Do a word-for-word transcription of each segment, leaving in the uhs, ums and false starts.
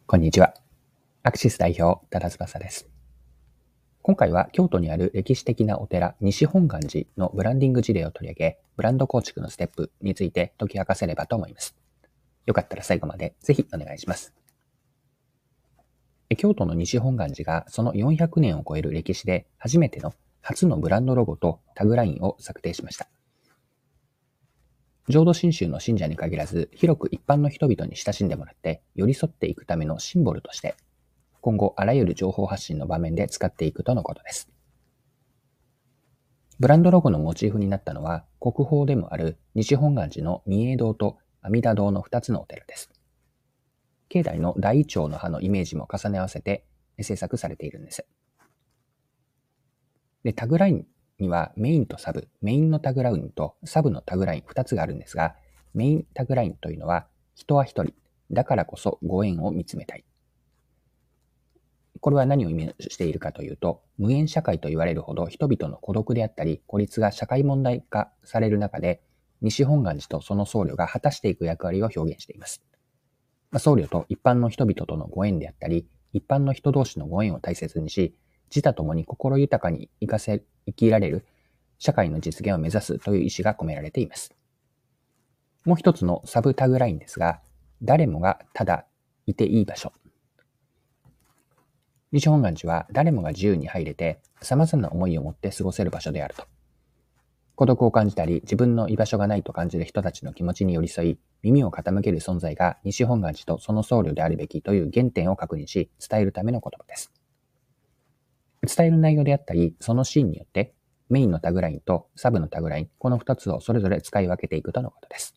こんにちは。アクシス代表、多田翼です。今回は京都にある歴史的なお寺、西本願寺のブランディング事例を取り上げ、ブランド構築のステップについて解き明かせればと思います。よかったら最後までぜひお願いします。京都の西本願寺がそのよんひゃくねんを超える歴史で初めての初のブランドロゴとタグラインを策定しました。浄土真宗の信者に限らず、広く一般の人々に親しんでもらって寄り添っていくためのシンボルとして、今後あらゆる情報発信の場面で使っていくとのことです。ブランドロゴのモチーフになったのは、国宝でもある西本願寺の御栄堂と阿弥陀堂のふたつのお寺です。境内の大イチョウの葉のイメージも重ね合わせて制作されているんです。で、タグラインにはメインとサブ、メインのタグラインとサブのタグラインふたつがあるんですが、メインタグラインというのは、人は一人、だからこそご縁を見つめたい。これは何を意味しているかというと、無縁社会と言われるほど人々の孤独であったり、孤立が社会問題化される中で、西本願寺とその僧侶が果たしていく役割を表現しています。僧侶と一般の人々とのご縁であったり、一般の人同士のご縁を大切にし、自他ともに心豊かに生かせ、生きられる社会の実現を目指すという意思が込められています。もう一つのサブタグラインですが、誰もがただいていい場所。西本願寺は誰もが自由に入れて、様々な思いを持って過ごせる場所であると。孤独を感じたり、自分の居場所がないと感じる人たちの気持ちに寄り添い、耳を傾ける存在が西本願寺とその僧侶であるべきという原点を確認し、伝えるための言葉です。伝える内容であったり、そのシーンによって、メインのタグラインとサブのタグライン、このふたつをそれぞれ使い分けていくとのことです。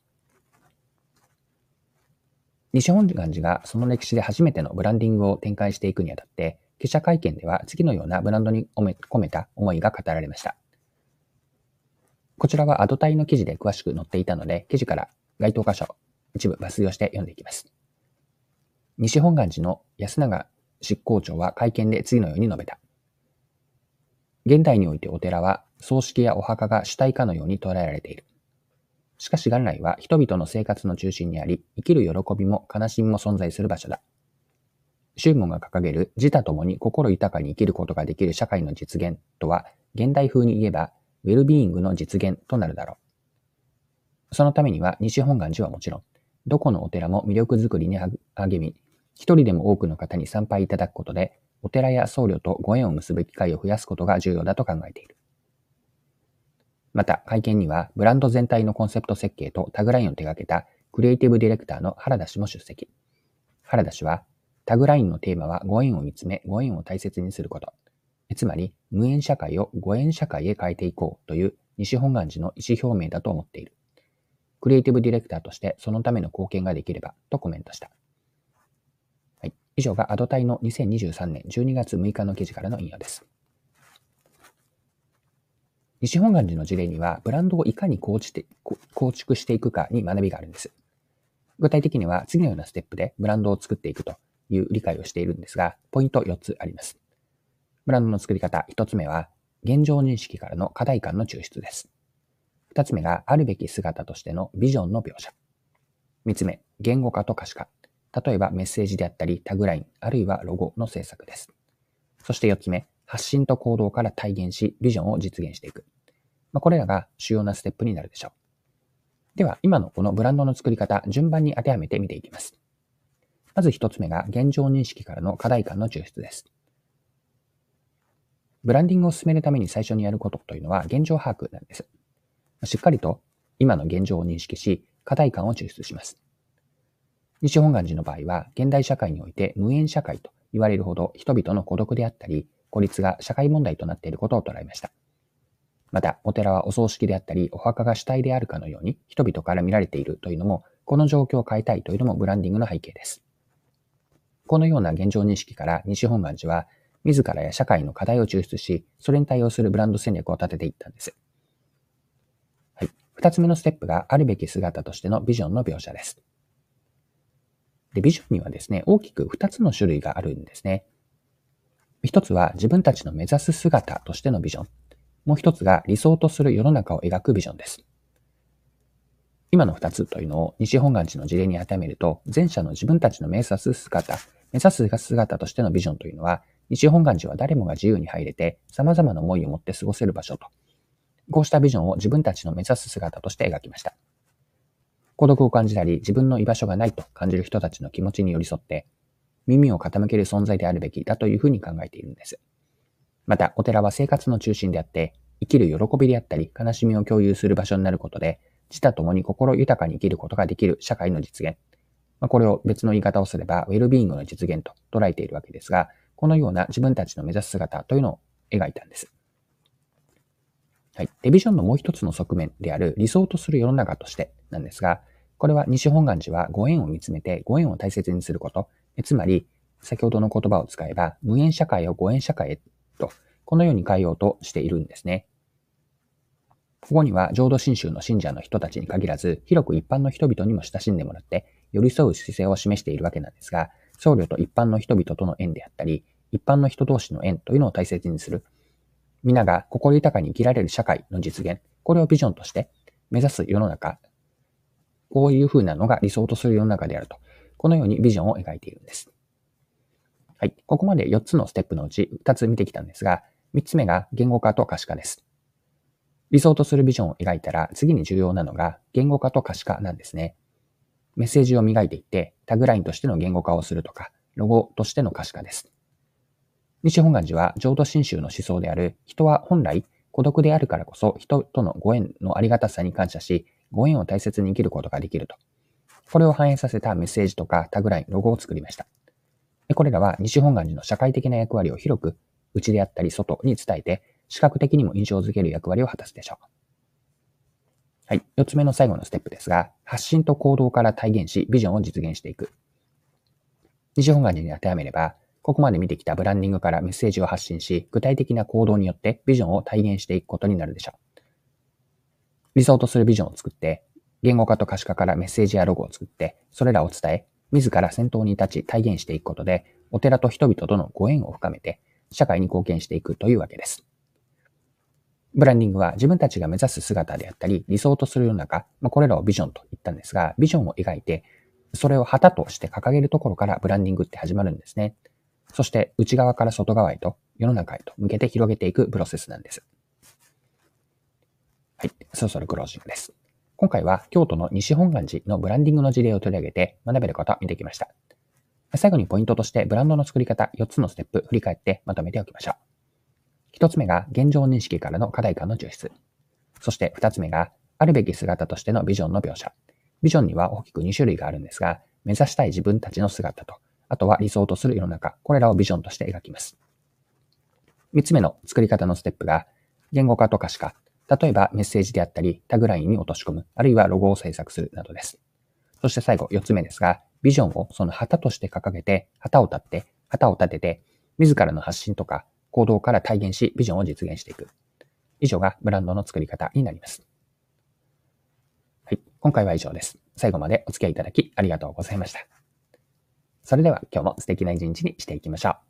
西本願寺がその歴史で初めてのブランディングを展開していくにあたって、記者会見では次のようなブランドに込めた思いが語られました。こちらはアドタイの記事で詳しく載っていたので、記事から該当箇所、一部抜粋をして読んでいきます。西本願寺の安永執行長は会見で次のように述べた。現代においてお寺は葬式やお墓が主体化のように捉えられている。しかし元来は人々の生活の中心にあり、生きる喜びも悲しみも存在する場所だ。宗門が掲げる自他ともに心豊かに生きることができる社会の実現とは、現代風に言えば、ウェルビーイングの実現となるだろう。そのためには西本願寺はもちろん、どこのお寺も魅力づくりに励み、一人でも多くの方に参拝いただくことで、お寺や僧侶とご縁を結ぶ機会を増やすことが重要だと考えている。また、会見には、ブランド全体のコンセプト設計とタグラインを手掛けたクリエイティブディレクターの原田氏も出席。原田氏は、タグラインのテーマはご縁を見つめ、ご縁を大切にすること。つまり、無縁社会をご縁社会へ変えていこうという西本願寺の意思表明だと思っている。クリエイティブディレクターとしてそのための貢献ができればとコメントした。はい、以上がアドタイのにせんにじゅうさんねんじゅうにがつむいかの記事からの引用です。西本願寺の事例には、ブランドをいかに構築していくかに学びがあるんです。具体的には、次のようなステップでブランドを作っていくという理解をしているんですが、ポイントよっつあります。ブランドの作り方、ひとつめは、現状認識からの課題感の抽出です。ふたつめが、あるべき姿としてのビジョンの描写。みっつめ、言語化と可視化。例えばメッセージであったり、タグライン、あるいはロゴの制作です。そしてよっつめ、発信と行動から体現し、ビジョンを実現していく。まあ、これらが主要なステップになるでしょう。では、今のこのブランドの作り方、順番に当てはめてみていきます。まず一つ目が、現状認識からの課題感の抽出です。ブランディングを進めるために最初にやることというのは、現状把握なんです。しっかりと今の現状を認識し、課題感を抽出します。西本願寺の場合は、現代社会において無縁社会と言われるほど人々の孤独であったり、孤立が社会問題となっていることを捉えました。また、お寺はお葬式であったり、お墓が主体であるかのように人々から見られているというのも、この状況を変えたいというのもブランディングの背景です。このような現状認識から西本願寺は、自らや社会の課題を抽出し、それに対応するブランド戦略を立てていったんです。はい。二つ目のステップがあるべき姿としてのビジョンの描写です。で、ビジョンにはですね、大きく二つの種類があるんですね。一つは自分たちの目指す姿としてのビジョン。もう一つが理想とする世の中を描くビジョンです。今の二つというのを西本願寺の事例に当てはめると、前者の自分たちの目指す姿、 目指す姿としてのビジョンというのは、西本願寺は誰もが自由に入れて、様々な思いを持って過ごせる場所と、こうしたビジョンを自分たちの目指す姿として描きました。孤独を感じたり、自分の居場所がないと感じる人たちの気持ちに寄り添って、耳を傾ける存在であるべきだというふうに考えているんです。また、お寺は生活の中心であって、生きる喜びであったり、悲しみを共有する場所になることで、自他ともに心豊かに生きることができる社会の実現。まあ、これを別の言い方をすれば、ウェルビーイングの実現と捉えているわけですが、このような自分たちの目指す姿というのを描いたんです。はい。で、ビジョンのもう一つの側面である理想とする世の中としてなんですが、これは西本願寺はご縁を見つめてご縁を大切にすること、つまり先ほどの言葉を使えば無縁社会をご縁社会へと、このように変えようとしているんですね。ここには浄土真宗の信者の人たちに限らず、広く一般の人々にも親しんでもらって、寄り添う姿勢を示しているわけなんですが、僧侶と一般の人々との縁であったり、一般の人同士の縁というのを大切にする。皆が心豊かに生きられる社会の実現、これをビジョンとして目指す世の中、こういう風なのが理想とする世の中であると、このようにビジョンを描いているんです。はい。ここまでよっつのステップのうちふたつ見てきたんですが、みっつめが言語化と可視化です。理想とするビジョンを描いたら、次に重要なのが言語化と可視化なんですね。メッセージを磨いていって、タグラインとしての言語化をするとか、ロゴとしての可視化です。西本願寺は浄土真宗の思想である、人は本来孤独であるからこそ人とのご縁のありがたさに感謝し、ご縁を大切に生きることができると。これを反映させたメッセージとかタグライン、ロゴを作りました。これらは西本願寺の社会的な役割を広く、内であったり外に伝えて、視覚的にも印象づける役割を果たすでしょう。はい。よっつめの最後のステップですが、発信と行動から体現し、ビジョンを実現していく。西本願寺に当てはめれば、ここまで見てきたブランディングからメッセージを発信し、具体的な行動によってビジョンを体現していくことになるでしょう。理想とするビジョンを作って、言語化と可視化からメッセージやロゴを作って、それらを伝え、自ら先頭に立ち体現していくことで、お寺と人々とのご縁を深めて、社会に貢献していくというわけです。ブランディングは自分たちが目指す姿であったり、理想とする世の中、まあ、これらをビジョンと言ったんですが、ビジョンを描いて、それを旗として掲げるところからブランディングって始まるんですね。そして内側から外側へと、世の中へと向けて広げていくプロセスなんです。はい、そろそろクロージングです。今回は京都の西本願寺のブランディングの事例を取り上げて学べることを見てきました。最後にポイントとしてブランドの作り方よっつのステップ振り返ってまとめておきましょう。ひとつめが現状認識からの課題感の抽出。そしてふたつめがあるべき姿としてのビジョンの描写。ビジョンには大きくに種類があるんですが、目指したい自分たちの姿と、あとは理想とする世の中、これらをビジョンとして描きます。みっつめの作り方のステップが言語化と可視化。例えばメッセージであったり、タグラインに落とし込む、あるいはロゴを制作するなどです。そして最後よっつめですが、ビジョンをその旗として掲げて、旗を立って、旗を立てて、自らの発信とか行動から体現し、ビジョンを実現していく。以上がブランドの作り方になります。はい、今回は以上です。最後までお付き合いいただきありがとうございました。それでは今日も素敵な一日にしていきましょう。